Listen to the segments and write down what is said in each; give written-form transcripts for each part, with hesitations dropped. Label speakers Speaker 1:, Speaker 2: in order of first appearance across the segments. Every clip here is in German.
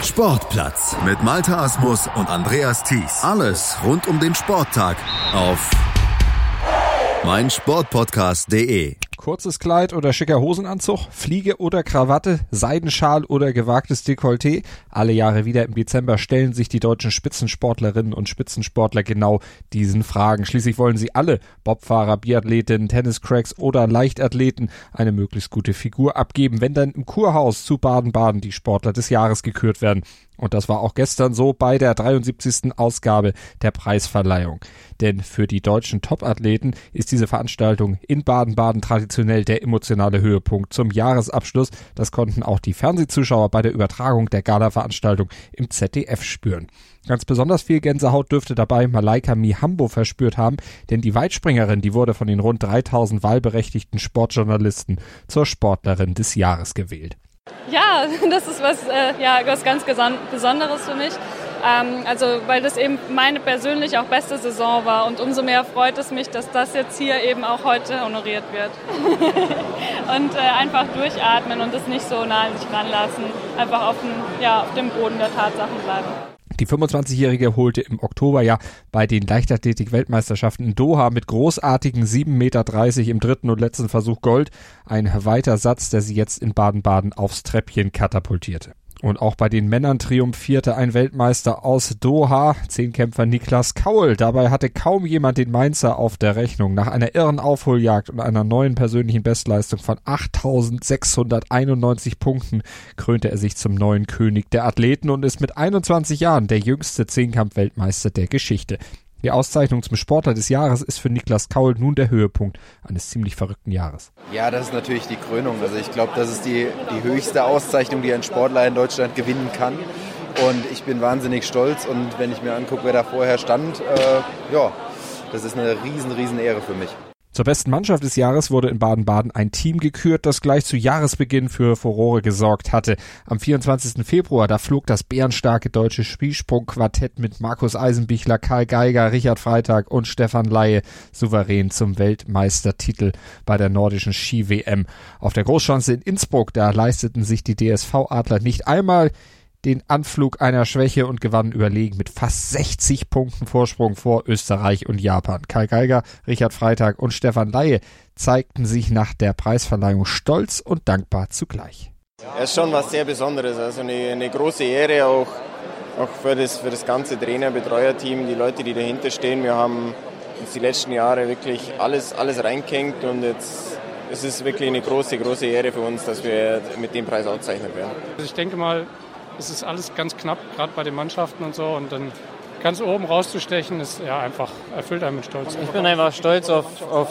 Speaker 1: Sportplatz mit Malte Asmus und Andreas Thies. Alles rund um den Sporttag auf meinsportpodcast.de.
Speaker 2: Kurzes Kleid oder schicker Hosenanzug, Fliege oder Krawatte, Seidenschal oder gewagtes Dekolleté. Alle Jahre wieder im Dezember stellen sich die deutschen Spitzensportlerinnen und Spitzensportler genau diesen Fragen. Schließlich wollen sie alle, Bobfahrer, Biathletinnen, Tenniscracks oder Leichtathleten, eine möglichst gute Figur abgeben, wenn dann im Kurhaus zu Baden-Baden die Sportler des Jahres gekürt werden. Und das war auch gestern so bei der 73. Ausgabe der Preisverleihung. Denn für die deutschen Topathleten ist diese Veranstaltung in Baden-Baden traditionell der emotionale Höhepunkt zum Jahresabschluss. Das konnten auch die Fernsehzuschauer bei der Übertragung der Gala-Veranstaltung im ZDF spüren. Ganz besonders viel Gänsehaut dürfte dabei Malaika Mihambo verspürt haben, denn die Weitspringerin, die wurde von den rund 3000 wahlberechtigten Sportjournalisten zur Sportlerin des Jahres gewählt.
Speaker 3: Ja, das ist was ganz Besonderes für mich. Weil das eben meine persönlich auch beste Saison war und umso mehr freut es mich, dass das jetzt hier eben auch heute honoriert wird. Und einfach durchatmen und es nicht so nah an sich ranlassen, einfach auf dem Boden der Tatsachen bleiben.
Speaker 2: Die 25-Jährige holte im Oktober ja bei den Leichtathletik-Weltmeisterschaften in Doha mit großartigen 7,30 Meter im dritten und letzten Versuch Gold. Ein weiter Satz, der sie jetzt in Baden-Baden aufs Treppchen katapultierte. Und auch bei den Männern triumphierte ein Weltmeister aus Doha, Zehnkämpfer Niklas Kaul. Dabei hatte kaum jemand den Mainzer auf der Rechnung. Nach einer irren Aufholjagd und einer neuen persönlichen Bestleistung von 8.691 Punkten krönte er sich zum neuen König der Athleten und ist mit 21 Jahren der jüngste Zehnkampf-Weltmeister der Geschichte. Die Auszeichnung zum Sportler des Jahres ist für Niklas Kaul nun der Höhepunkt eines ziemlich verrückten Jahres.
Speaker 4: Ja, das ist natürlich die Krönung. Also ich glaube, das ist die höchste Auszeichnung, die ein Sportler in Deutschland gewinnen kann. Und ich bin wahnsinnig stolz. Und wenn ich mir angucke, wer da vorher stand, das ist eine riesen Ehre für mich.
Speaker 2: Zur besten Mannschaft des Jahres wurde in Baden-Baden ein Team gekürt, das gleich zu Jahresbeginn für Furore gesorgt hatte. Am 24. Februar, da flog das bärenstarke deutsche Skisprungquartett mit Markus Eisenbichler, Karl Geiger, Richard Freitag und Stefan Laie souverän zum Weltmeistertitel bei der nordischen Ski-WM. Auf der Großschanze in Innsbruck, da leisteten sich die DSV-Adler nicht einmal den Anflug einer Schwäche und gewannen überlegen mit fast 60 Punkten Vorsprung vor Österreich und Japan. Karl Geiger, Richard Freitag und Stefan Laie zeigten sich nach der Preisverleihung stolz und dankbar zugleich.
Speaker 5: Ja, ist schon was sehr Besonderes, also eine große Ehre auch für das ganze Trainer-Betreuer-Team, die Leute, die dahinter stehen. Wir haben uns die letzten Jahre wirklich alles reingehängt und jetzt ist es wirklich eine große Ehre für uns, dass wir mit dem Preis ausgezeichnet werden.
Speaker 6: Also ich denke mal, es ist alles ganz knapp, gerade bei den Mannschaften und so. Und dann ganz oben rauszustechen, ist ja einfach, erfüllt einen mit Stolz.
Speaker 7: Ich bin einfach stolz auf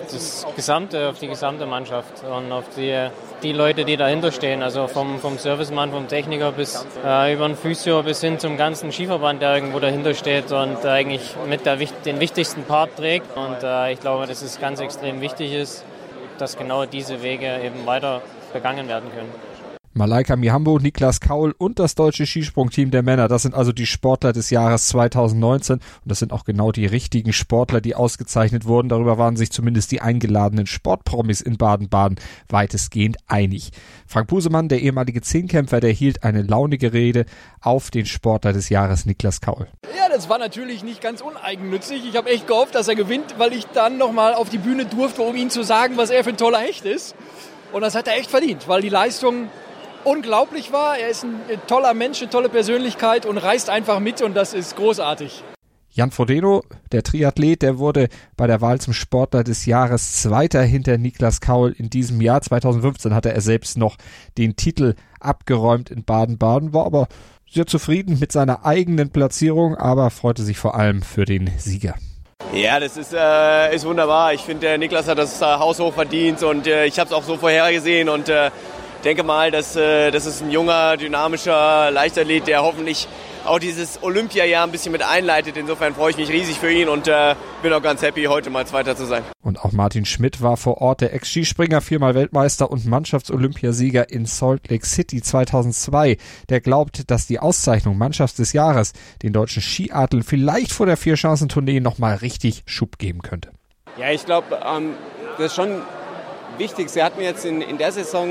Speaker 7: die gesamte Mannschaft und auf die Leute, die dahinter stehen. Also vom Servicemann, vom Techniker bis über den Physio bis hin zum ganzen Skiverband, der irgendwo dahinter steht und eigentlich mit den wichtigsten Part trägt. Und ich glaube, dass es ganz extrem wichtig ist, dass genau diese Wege eben weiter begangen werden können.
Speaker 2: Malaika Mihambo, Niklas Kaul und das deutsche Skisprungteam der Männer, das sind also die Sportler des Jahres 2019 und das sind auch genau die richtigen Sportler, die ausgezeichnet wurden. Darüber waren sich zumindest die eingeladenen Sportpromis in Baden-Baden weitestgehend einig. Frank Busemann, der ehemalige Zehnkämpfer, der hielt eine launige Rede auf den Sportler des Jahres Niklas Kaul.
Speaker 8: Ja, das war natürlich nicht ganz uneigennützig. Ich habe echt gehofft, dass er gewinnt, weil ich dann nochmal auf die Bühne durfte, um ihm zu sagen, was er für ein toller Hecht ist. Und das hat er echt verdient, weil die Leistung unglaublich war. Er ist ein toller Mensch, eine tolle Persönlichkeit und reist einfach mit und das ist großartig.
Speaker 2: Jan Frodeno, der Triathlet, der wurde bei der Wahl zum Sportler des Jahres Zweiter hinter Niklas Kaul in diesem Jahr. 2015 hatte er selbst noch den Titel abgeräumt in Baden-Baden, war aber sehr zufrieden mit seiner eigenen Platzierung, aber freute sich vor allem für den Sieger.
Speaker 5: Ja, das ist wunderbar. Ich finde, der Niklas hat das haushoch verdient und ich habe es auch so vorhergesehen und denke mal, das ist ein junger, dynamischer Leichtathlet, der hoffentlich auch dieses Olympiajahr ein bisschen mit einleitet. Insofern freue ich mich riesig für ihn und bin auch ganz happy, heute mal Zweiter zu sein.
Speaker 2: Und auch Martin Schmidt war vor Ort, der Ex-Skispringer, 4-mal Weltmeister und Mannschafts-Olympiasieger in Salt Lake City 2002. Der glaubt, dass die Auszeichnung Mannschaft des Jahres den deutschen Skiadlern vielleicht vor der Vierschanzentournee nochmal richtig Schub geben könnte.
Speaker 9: Ja, ich glaube, das ist schon wichtig. Sie hatten jetzt in der Saison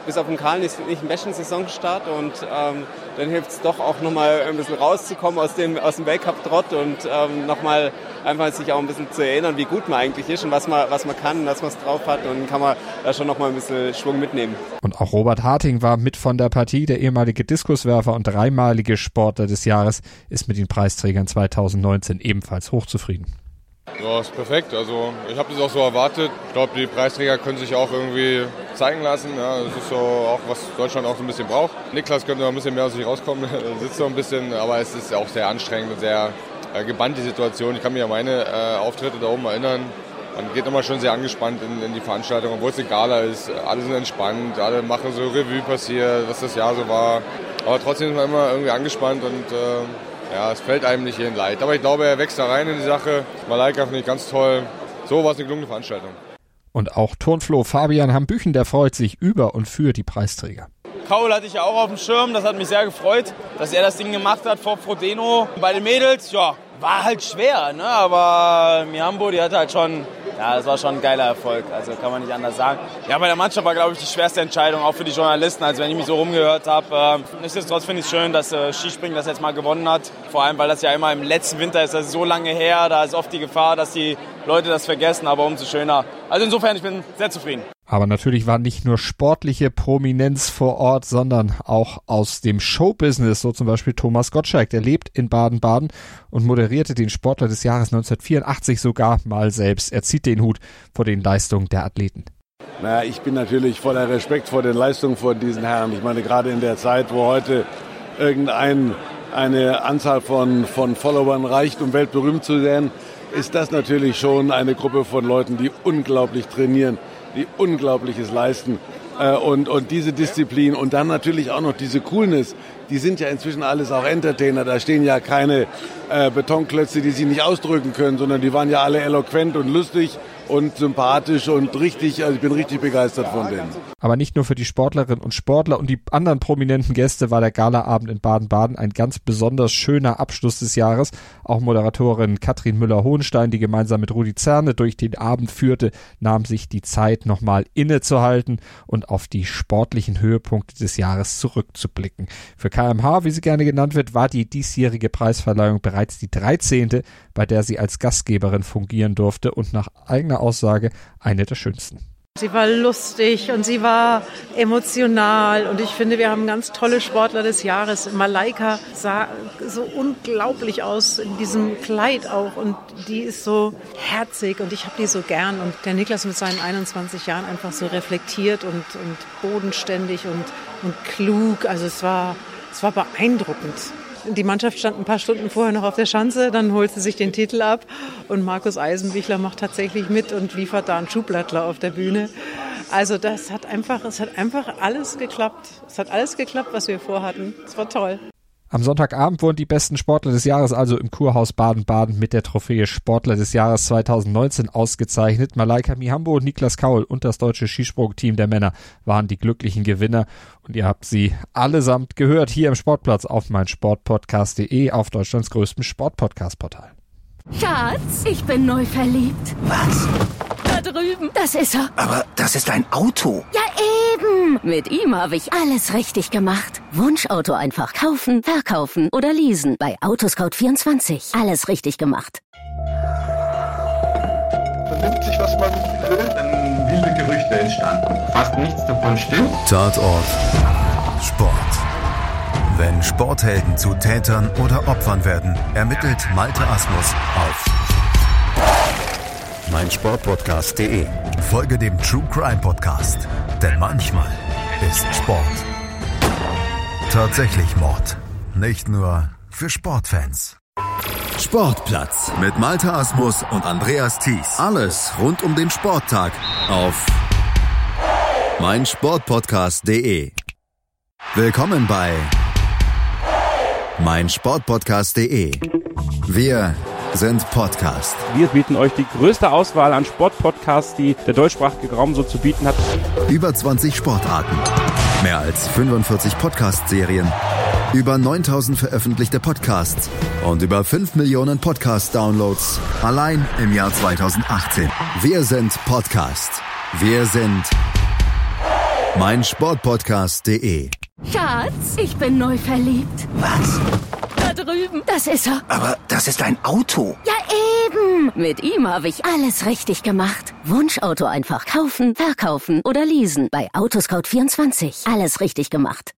Speaker 5: bis auf den Kahn nicht einen besten Saisonstart und dann hilft es doch auch nochmal ein bisschen rauszukommen aus dem Weltcup-Trott und nochmal einfach sich auch ein bisschen zu erinnern, wie gut man eigentlich ist und was man kann, dass man es drauf hat, und dann kann man da schon nochmal ein bisschen Schwung mitnehmen.
Speaker 2: Und auch Robert Harting war mit von der Partie. Der ehemalige Diskuswerfer und dreimalige Sportler des Jahres ist mit den Preisträgern 2019 ebenfalls hochzufrieden.
Speaker 9: Ja, ist perfekt. Also ich habe das auch so erwartet. Ich glaube, die Preisträger können sich auch irgendwie zeigen lassen. Ja, das ist so auch, was Deutschland auch so ein bisschen braucht. Niklas könnte noch ein bisschen mehr aus sich rauskommen, sitzt so ein bisschen, aber es ist auch sehr anstrengend und sehr gebannt, die Situation. Ich kann mich an meine Auftritte da oben erinnern. Man geht immer schon sehr angespannt in die Veranstaltung, obwohl es eine Gala ist. Alle sind entspannt, alle machen so Revue passiert, was das Jahr so war. Aber trotzdem ist man immer irgendwie angespannt und es fällt einem nicht jeden leid. Aber ich glaube, er wächst da rein in die Sache. Malaika finde ich ganz toll. So war es eine gelungene Veranstaltung.
Speaker 2: Und auch Turnfloh Fabian Hambüchen, der freut sich über und für die Preisträger.
Speaker 10: Kaul hatte ich ja auch auf dem Schirm, das hat mich sehr gefreut, dass er das Ding gemacht hat vor Frodeno. Bei den Mädels, ja, war halt schwer, ne? Aber Mihambo, die hatte halt schon, ja, das war schon ein geiler Erfolg, also kann man nicht anders sagen. Ja, bei der Mannschaft war, glaube ich, die schwerste Entscheidung, auch für die Journalisten, also wenn ich mich so rumgehört habe. Nichtsdestotrotz finde ich es schön, dass Skispringen das jetzt mal gewonnen hat, vor allem, weil das ja immer im letzten Winter ist, das ist so lange her, da ist oft die Gefahr, dass die Leute das vergessen, aber umso schöner. Also insofern, ich bin sehr zufrieden.
Speaker 2: Aber natürlich war nicht nur sportliche Prominenz vor Ort, sondern auch aus dem Showbusiness, so zum Beispiel Thomas Gottschalk, der lebt in Baden-Baden und moderierte den Sportler des Jahres 1984 sogar mal selbst. Er zieht den Hut vor den Leistungen der Athleten.
Speaker 11: Naja, ich bin natürlich voller Respekt vor den Leistungen von diesen Herren. Ich meine, gerade in der Zeit, wo heute eine Anzahl von Followern reicht, um weltberühmt zu sein, ist das natürlich schon eine Gruppe von Leuten, die unglaublich trainieren, die Unglaubliches leisten und diese Disziplin und dann natürlich auch noch diese Coolness. Die sind ja inzwischen alles auch Entertainer. Da stehen ja keine Betonklötze, die sich nicht ausdrücken können, sondern die waren ja alle eloquent und lustig und sympathisch und richtig, also ich bin richtig begeistert von denen.
Speaker 2: Aber nicht nur für die Sportlerinnen und Sportler und die anderen prominenten Gäste war der Galaabend in Baden-Baden ein ganz besonders schöner Abschluss des Jahres. Auch Moderatorin Katrin Müller-Hohenstein, die gemeinsam mit Rudi Zerne durch den Abend führte, nahm sich die Zeit, nochmal innezuhalten und auf die sportlichen Höhepunkte des Jahres zurückzublicken. Für KMH, wie sie gerne genannt wird, war die diesjährige Preisverleihung bereits die 13., bei der sie als Gastgeberin fungieren durfte und nach eigener Aussage eine der schönsten.
Speaker 12: Sie war lustig und sie war emotional und ich finde, wir haben ganz tolle Sportler des Jahres. Malaika sah so unglaublich aus in diesem Kleid auch und die ist so herzig und ich habe die so gern. Und der Niklas mit seinen 21 Jahren einfach so reflektiert und bodenständig und klug. Also es war beeindruckend. Die Mannschaft stand ein paar Stunden vorher noch auf der Schanze, dann holt sie sich den Titel ab und Markus Eisenbichler macht tatsächlich mit und liefert da einen Schublattler auf der Bühne. Also es hat einfach alles geklappt. Es hat alles geklappt, was wir vorhatten. Es war toll.
Speaker 2: Am Sonntagabend wurden die besten Sportler des Jahres also im Kurhaus Baden-Baden mit der Trophäe Sportler des Jahres 2019 ausgezeichnet. Malaika Mihambo und Niklas Kaul und das deutsche Skisprungteam der Männer waren die glücklichen Gewinner. Und ihr habt sie allesamt gehört hier im Sportplatz auf meinsportpodcast.de, auf Deutschlands größtem Sportpodcast-Portal.
Speaker 13: Schatz, ich bin neu verliebt.
Speaker 14: Was?
Speaker 13: Da drüben. Das ist er.
Speaker 14: Aber das ist ein Auto.
Speaker 13: Ja, eben. Mit ihm habe ich alles richtig gemacht. Wunschauto einfach kaufen, verkaufen oder leasen. Bei Autoscout24. Alles richtig gemacht.
Speaker 15: Vernimmt sich, was man will. Dann wilde Gerüchte entstanden. Fast nichts davon stimmt.
Speaker 1: Tatort Sport. Wenn Sporthelden zu Tätern oder Opfern werden, ermittelt Malte Asmus auf meinsportpodcast.de. Folge dem True Crime Podcast, denn manchmal ist Sport tatsächlich Mord. Nicht nur für Sportfans. Sportplatz mit Malte Asmus und Andreas Thies. Alles rund um den Sporttag auf meinsportpodcast.de. Willkommen bei meinsportpodcast.de. Wir sind Podcast.
Speaker 16: Wir bieten euch die größte Auswahl an Sportpodcasts, die der deutschsprachige Raum so zu bieten hat.
Speaker 1: Über 20 Sportarten, mehr als 45 Podcast-Serien, über 9000 veröffentlichte Podcasts und über 5 Millionen Podcast-Downloads allein im Jahr 2018. Wir sind Podcast. Wir sind meinsportpodcast.de.
Speaker 13: Schatz, ich bin neu verliebt.
Speaker 14: Was?
Speaker 13: Da drüben. Das ist er.
Speaker 14: Aber das ist ein Auto.
Speaker 13: Ja, eben. Mit ihm habe ich alles richtig gemacht. Wunschauto einfach kaufen, verkaufen oder leasen. Bei Autoscout24. Alles richtig gemacht.